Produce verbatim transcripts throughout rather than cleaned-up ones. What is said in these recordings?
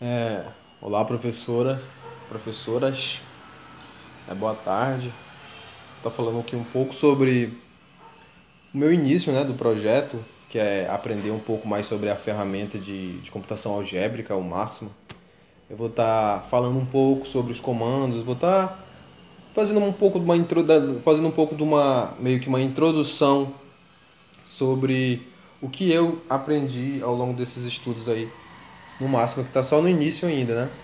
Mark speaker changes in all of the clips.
Speaker 1: É, olá, professora, professoras, é, boa tarde. Estou falando aqui um pouco sobre o meu início, né, do projeto, que é aprender um pouco mais sobre a ferramenta de, de computação algébrica, o Máximo. Eu vou estar falando um pouco sobre os comandos, vou estar fazendo um pouco de uma introda, fazendo um pouco de uma meio que uma introdução sobre o que eu aprendi ao longo desses estudos aí no Máximo, que está só no início ainda, né?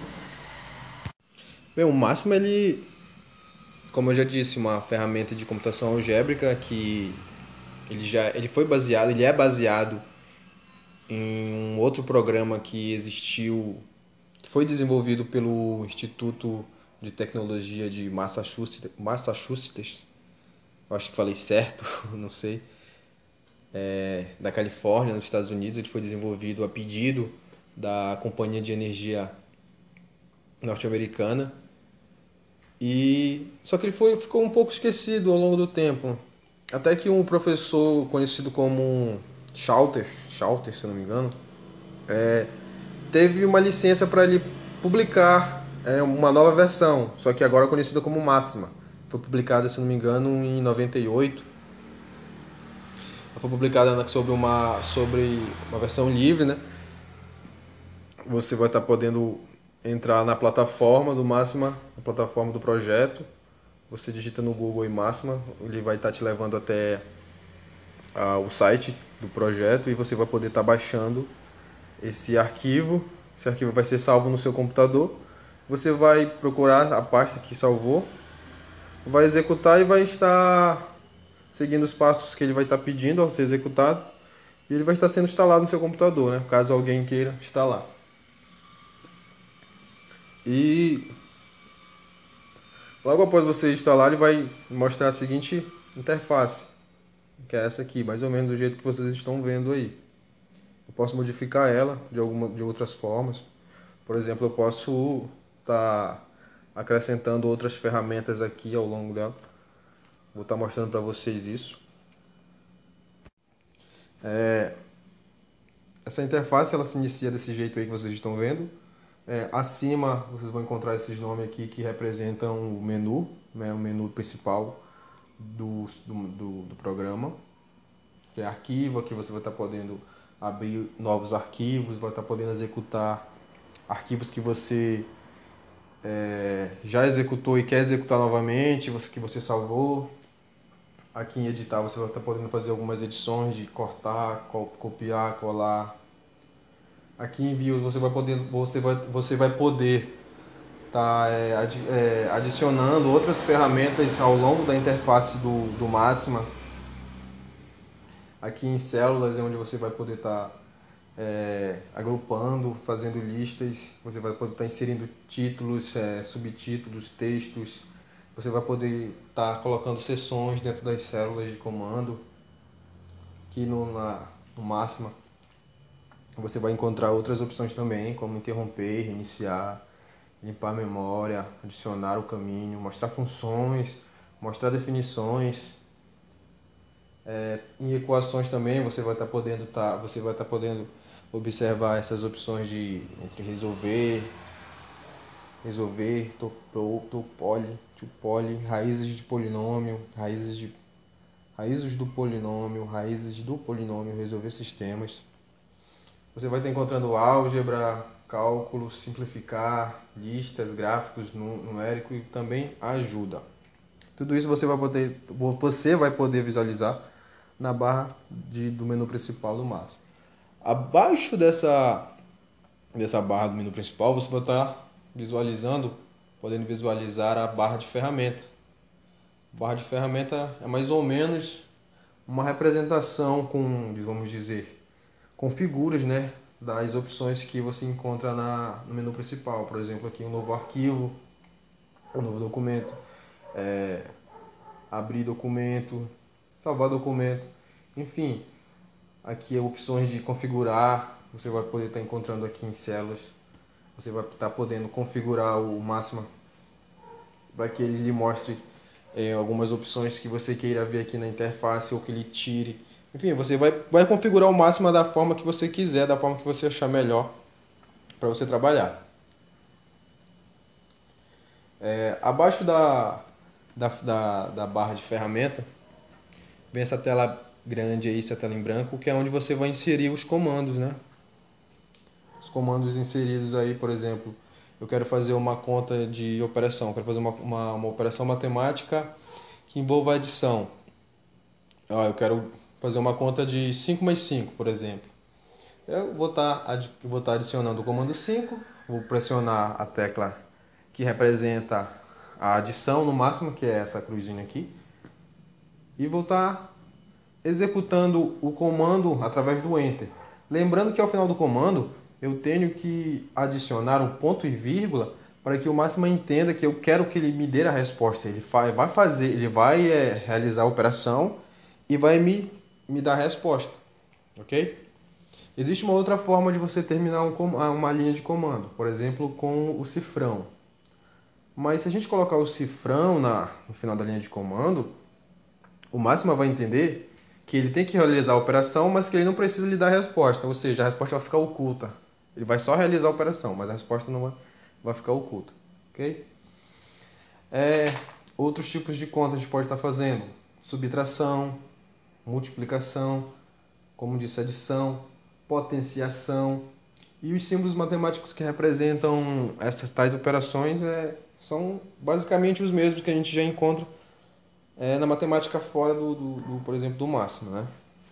Speaker 1: Bem, o Máximo ele, como eu já disse, uma ferramenta de computação algébrica que ele já ele foi baseado, ele é baseado em um outro programa que existiu, que foi desenvolvido pelo Instituto de Tecnologia de Massachusetts, Massachusetts, eu acho que falei certo, não sei, é, da Califórnia, nos Estados Unidos. Ele foi desenvolvido a pedido da Companhia de Energia norte-americana. E só que ele foi, ficou um pouco esquecido ao longo do tempo. Até que um professor conhecido como Schauter, Schauter, se eu não me engano, teve uma licença para ele publicar é, uma nova versão, só que agora conhecida como Máxima. Foi publicada, se eu não me engano, em noventa e oito. Ela foi publicada sobre uma, sobre uma versão livre, né? Você vai estar podendo entrar na plataforma do Máxima, na plataforma do projeto. Você digita no Google e Máxima, ele vai estar te levando até ah, o site do projeto e você vai poder estar baixando esse arquivo. Esse arquivo vai ser salvo no seu computador. Você vai procurar a pasta que salvou, vai executar e vai estar seguindo os passos que ele vai estar pedindo ao ser executado. E ele vai estar sendo instalado no seu computador, né? Caso alguém queira instalar. E logo após você instalar, ele vai mostrar a seguinte interface, que é essa aqui, mais ou menos do jeito que vocês estão vendo aí. Eu posso modificar ela de alguma de outras formas. Por exemplo, eu posso estar tá acrescentando outras ferramentas aqui ao longo dela. Vou estar tá mostrando para vocês isso. Essa interface ela se inicia desse jeito aí que vocês estão vendo. É, acima vocês vão encontrar esses nomes aqui que representam o menu, né, o menu principal do, do, do, do programa, que é arquivo. Aqui você vai estar tá podendo abrir novos arquivos, vai estar tá podendo executar arquivos que você é, já executou e quer executar novamente, você, que você salvou. Aqui em editar você vai estar podendo fazer algumas edições de cortar, co copiar, colar. Aqui em views você vai poder, você vai, você vai poder estar é, adi é, adicionando outras ferramentas ao longo da interface do, do Máxima. Aqui em células é onde você vai poder estar é, agrupando, fazendo listas. Você vai poder estar inserindo títulos, é, subtítulos, textos. Você vai poder estar colocando seções dentro das células de comando. Aqui no, na, no Máxima você vai encontrar outras opções também, como interromper, reiniciar, limpar a memória, adicionar o caminho, mostrar funções, mostrar definições. É, em equações também você vai estar podendo tá, você vai estar podendo observar essas opções de entre resolver, resolver, topole, tupole, raízes de polinômio, raízes de raízes do polinômio, raízes do polinômio, resolver sistemas. Você vai estar encontrando álgebra, cálculo, simplificar, listas, gráficos, numérico e também ajuda. Tudo isso você vai poder, você vai poder visualizar na barra de, do menu principal do Máximo. Abaixo dessa, dessa barra do menu principal, você vai estar visualizando, podendo visualizar a barra de ferramenta. A barra de ferramenta é mais ou menos uma representação com, vamos dizer, com figuras, né, das opções que você encontra na, no menu principal. Por exemplo, aqui um novo arquivo, um novo documento, é, abrir documento, salvar documento, enfim. Aqui é opções de configurar, você vai poder estar encontrando aqui em células. Você vai estar podendo configurar o Máxima para que ele lhe mostre é, algumas opções que você queira ver aqui na interface ou que ele tire. Enfim, você vai, vai configurar o Máxima da forma que você quiser, da forma que você achar melhor para você trabalhar. É, abaixo da, da, da, da barra de ferramenta, vem essa tela grande aí, essa tela em branco, que é onde você vai inserir os comandos, né? Os comandos inseridos aí, por exemplo, eu quero fazer uma conta de operação, quero fazer uma, uma, uma operação matemática que envolva adição. Ó, eu quero fazer uma conta de cinco mais cinco, por exemplo. Eu vou estar vou estar adicionando o comando cinco, vou pressionar a tecla que representa a adição no máximo, que é essa cruzinha aqui, e vou estar executando o comando através do Enter. Lembrando que ao final do comando eu tenho que adicionar um ponto e vírgula para que o máximo entenda que eu quero que ele me dê a resposta. Ele vai fazer, ele vai é, realizar a operação e vai me, me dar a resposta, ok? Existe uma outra forma de você terminar um, uma linha de comando, por exemplo, com o cifrão. Mas se a gente colocar o cifrão na, no final da linha de comando, o máximo vai entender que ele tem que realizar a operação, mas que ele não precisa lhe dar a resposta, ou seja, a resposta vai ficar oculta. Ele vai só realizar a operação, mas a resposta não vai, vai ficar oculta, ok? É, outros tipos de conta a gente pode estar fazendo: subtração, multiplicação, como disse, adição, potenciação. E os símbolos matemáticos que representam essas tais operações é, são basicamente os mesmos que a gente já encontra é, na matemática fora, do, do, do, por exemplo, do máximo, né?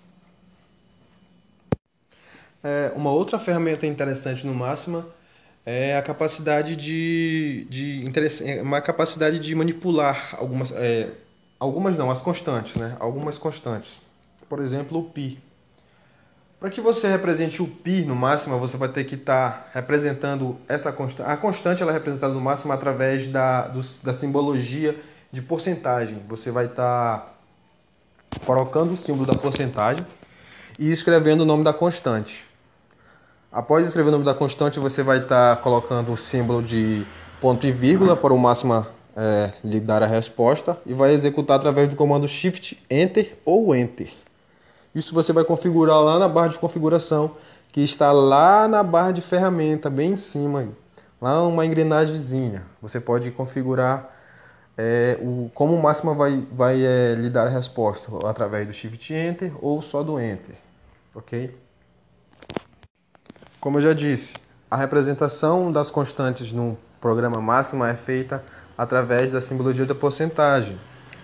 Speaker 1: É, uma outra ferramenta interessante no máxima é a capacidade de, de uma capacidade de manipular algumas, é, algumas não, as constantes, né? Algumas constantes. Por exemplo, o π. Para que você represente o π no máximo, você vai ter que estar representando essa constante. A constante ela é representada no máximo através da, do, da simbologia de porcentagem. Você vai estar colocando o símbolo da porcentagem e escrevendo o nome da constante. Após escrever o nome da constante, você vai estar colocando o símbolo de ponto e vírgula para o máximo é, lhe dar a resposta e vai executar através do comando Shift Enter ou Enter. Isso você vai configurar lá na barra de configuração, que está lá na barra de ferramenta, bem em cima. Aí. Lá uma engrenagemzinha. Você pode configurar é, o, como o máxima vai, vai é, lhe dar a resposta, através do Shift Enter ou só do Enter. Ok? Como eu já disse, a representação das constantes no programa máxima é feita através da simbologia da porcentagem.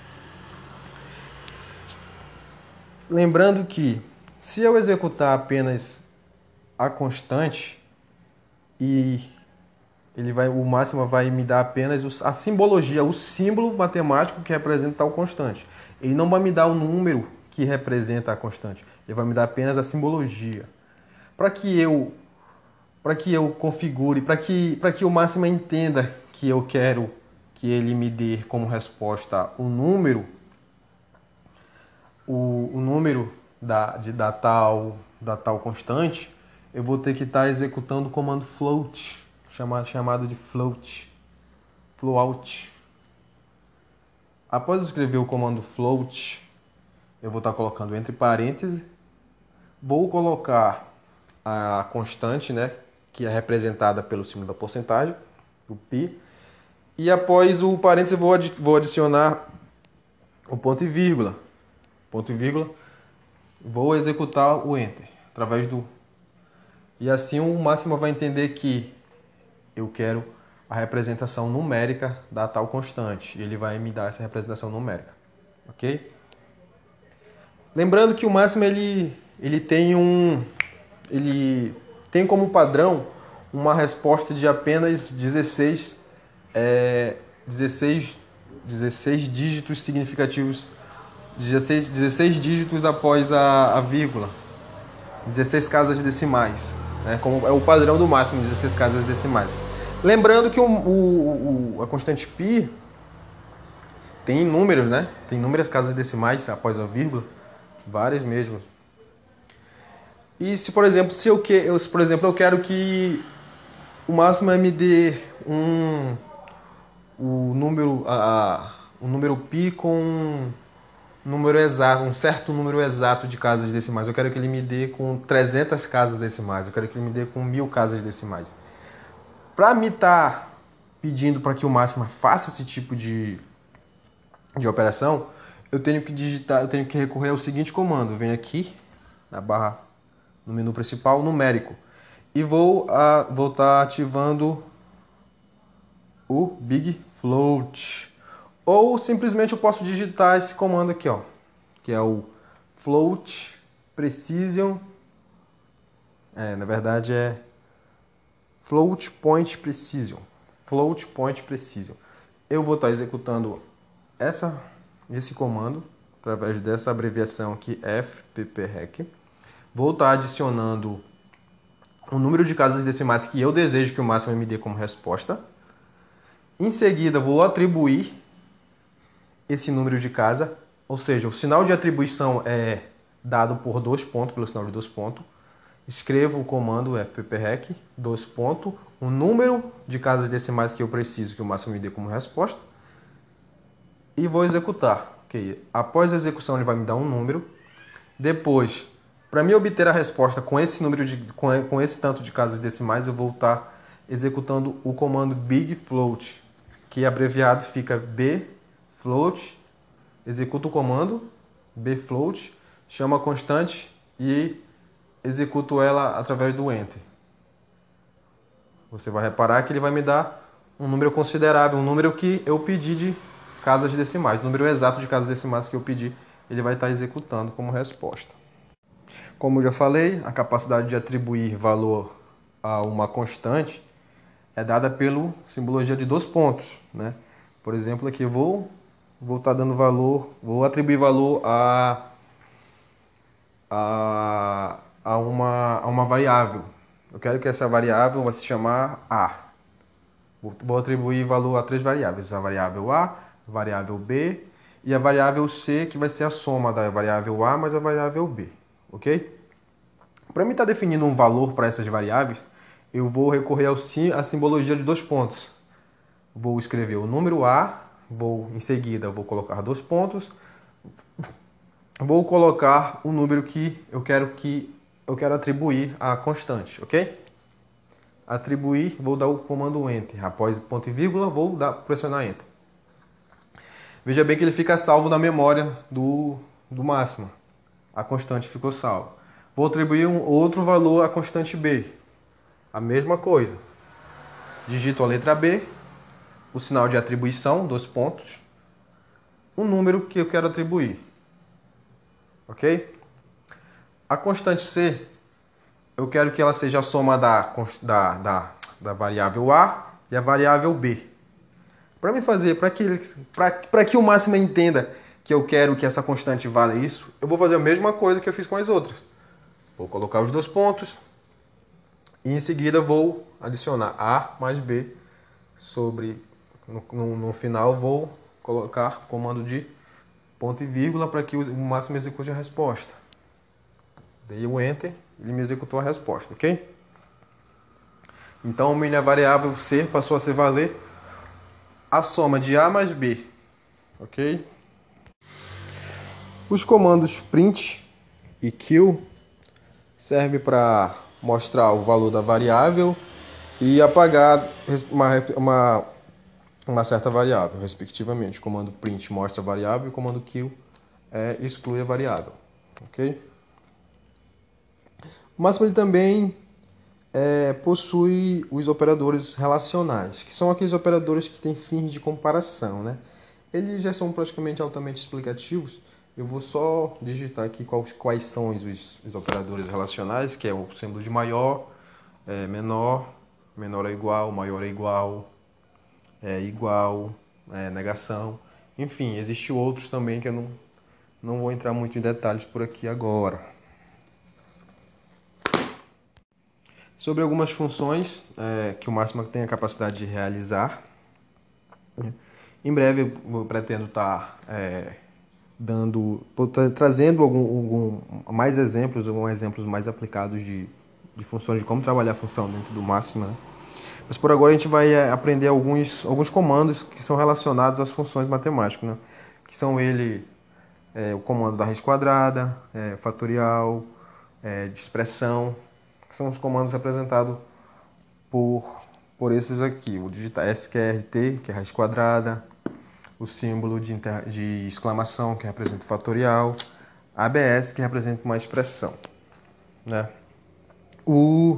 Speaker 1: Lembrando que, se eu executar apenas a constante, e ele vai, o máximo vai me dar apenas a simbologia, o símbolo matemático que representa tal constante. Ele não vai me dar o número que representa a constante, ele vai me dar apenas a simbologia. Para que eu, para que eu configure, para que, para que o máximo entenda que eu quero que ele me dê como resposta o número, O, o número da, de, da, tal, da tal constante, eu vou ter que estar executando o comando float, chamado, chamado de float, float. Após escrever o comando float, eu vou estar colocando entre parênteses, vou colocar a constante, né, que é representada pelo símbolo da porcentagem, o π, e após o parênteses vou, adi vou adicionar o ponto e vírgula. Ponto e vírgula, vou executar o Enter através do. E assim o máximo vai entender que eu quero a representação numérica da tal constante. E ele vai me dar essa representação numérica. Ok? Lembrando que o máximo ele, ele tem um. Ele tem como padrão uma resposta de apenas dezesseis, é, dezesseis, dezesseis dígitos significativos. dezesseis, dezesseis dígitos após a, a vírgula, dezesseis casas decimais, né? Como é o padrão do máximo, dezesseis casas decimais. Lembrando que o, o, o, a constante π tem números, né? Tem inúmeras casas decimais após a vírgula, várias mesmo. E se, por exemplo, se eu, que, eu, se, por exemplo, eu quero que o máximo me dê um, o número, a, o número π com número exato, um certo número exato de casas decimais. Eu quero que ele me dê com trezentas casas decimais. Eu quero que ele me dê com mil casas decimais. Para me estar pedindo para que o Máxima faça esse tipo de, de operação, eu tenho que digitar, eu tenho que recorrer ao seguinte comando. Venho aqui na barra, no menu principal, numérico, e vou a, vou estar ativando o Big Float. Ou simplesmente eu posso digitar esse comando aqui, ó, que é o Float Precision. É, na verdade é Float Point Precision. Float Point Precision. Eu vou estar executando essa, esse comando através dessa abreviação aqui, F P P R E C. Vou estar adicionando o número de casas decimais que eu desejo que o Máxima me dê como resposta. Em seguida, vou atribuir esse número de casa, ou seja, o sinal de atribuição é dado por dois pontos, pelo sinal de dois pontos. Escrevo o comando F P P R E C, dois pontos, o número de casas decimais que eu preciso que o Máximo me dê como resposta, e vou executar. Okay. Após a execução, ele vai me dar um número. Depois, para me obter a resposta com esse número de, com, com esse tanto de casas decimais, eu vou estar executando o comando Big Float, que abreviado fica B Float. Executo o comando B Float, chamo a constante e executo ela através do Enter. Você vai reparar que ele vai me dar um número considerável, um número que eu pedi de casas decimais, o número exato de casas decimais que eu pedi, ele vai estar executando como resposta. Como eu já falei, a capacidade de atribuir valor a uma constante é dada pela simbologia de dois pontos, né? Por exemplo, aqui eu vou vou estar dando valor, vou atribuir valor a a, a, uma, a uma variável. Eu quero que essa variável vai se chamar A. Vou, vou atribuir valor a três variáveis. A variável A, a variável B e a variável C, que vai ser a soma da variável A mais a variável B. Ok? Para mim estar definindo um valor para essas variáveis, eu vou recorrer ao, à simbologia de dois pontos. Vou escrever o número A, vou, em seguida vou colocar dois pontos, vou colocar o número que eu quero que eu quero atribuir à constante, ok? Atribuir, vou dar o comando Enter. Após ponto e vírgula, vou dar, pressionar Enter. Veja bem que ele fica salvo na memória do, do Máxima. A constante ficou salva. Vou atribuir um outro valor à constante B. A mesma coisa. Digito a letra B, o sinal de atribuição, dois pontos, um número que eu quero atribuir. Ok? A constante C, eu quero que ela seja a soma da, da, da, da variável A e a variável B. Para me fazer, para que, para que o Máxima entenda que eu quero que essa constante valha isso, eu vou fazer a mesma coisa que eu fiz com as outras. Vou colocar os dois pontos e em seguida vou adicionar A mais B sobre, no, no, no final vou colocar comando de ponto e vírgula para que o Máxima execute a resposta. Dei o Enter, ele me executou a resposta, ok? Então, minha variável C passou a ser valer a soma de A mais B, ok? Os comandos print e kill servem para mostrar o valor da variável e apagar uma, uma, uma certa variável, respectivamente. O comando print mostra a variável e o comando kill é, exclui a variável, ok? O Máxima ele também é, possui os operadores relacionais, que são aqueles operadores que têm fins de comparação, né? Eles já são praticamente altamente explicativos. Eu vou só digitar aqui quais, quais são os, os operadores relacionais, que é o símbolo de maior, é, menor, menor é igual, maior é igual, é igual, é, negação. Enfim, existem outros também que eu não, não vou entrar muito em detalhes por aqui agora. Sobre algumas funções é, que o Máxima tem a capacidade de realizar. Em breve eu pretendo estar é, dando, trazendo algum, algum, mais exemplos, alguns exemplos mais aplicados de, de funções, de como trabalhar a função dentro do Máxima. Né? Mas por agora a gente vai é, aprender alguns, alguns comandos que são relacionados às funções matemáticas, né? Que são ele, é, o comando da raiz quadrada, é, fatorial, é, de expressão, que são os comandos representados por, por esses aqui. Vou digitar S Q R T, que é raiz quadrada, o símbolo de, inter... de exclamação, que representa o fatorial, A B S, que representa uma expressão, né? O...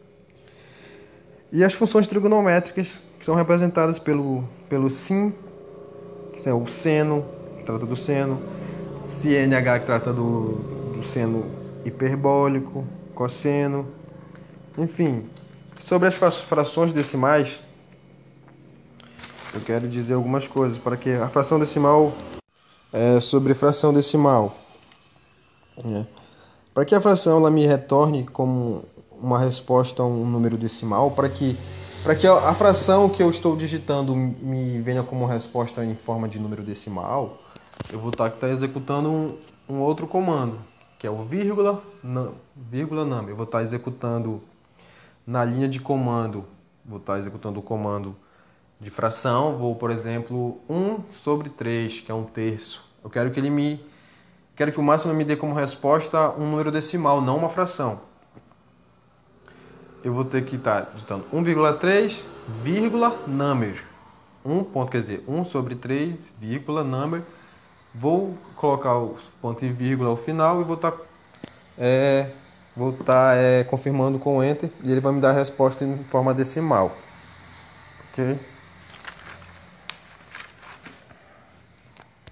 Speaker 1: E as funções trigonométricas, que são representadas pelo, pelo sin, que é o seno, que trata do seno, C N H, que trata do, do seno hiperbólico, cosseno, enfim. Sobre as frações decimais, eu quero dizer algumas coisas, para que a fração decimal é sobre fração decimal, né? Para que a fração ela me retorne como uma resposta a um número decimal, para que para que a fração que eu estou digitando me venha como resposta em forma de número decimal, eu vou estar tá executando um, um outro comando, que é o vírgula, num, vírgula num. Eu vou estar tá executando na linha de comando, vou estar tá executando o comando de fração, vou, por exemplo, um sobre três, que é um terço. Eu quero que ele me quero que o máximo me dê como resposta um número decimal, não uma fração. Eu vou ter que estar digitando um vírgula três, vírgula, number. um ponto, quer dizer, um sobre três, vírgula, number. Vou colocar o ponto e vírgula ao final e vou estar é, vou estar é, confirmando com Enter e ele vai me dar a resposta em forma decimal. Ok?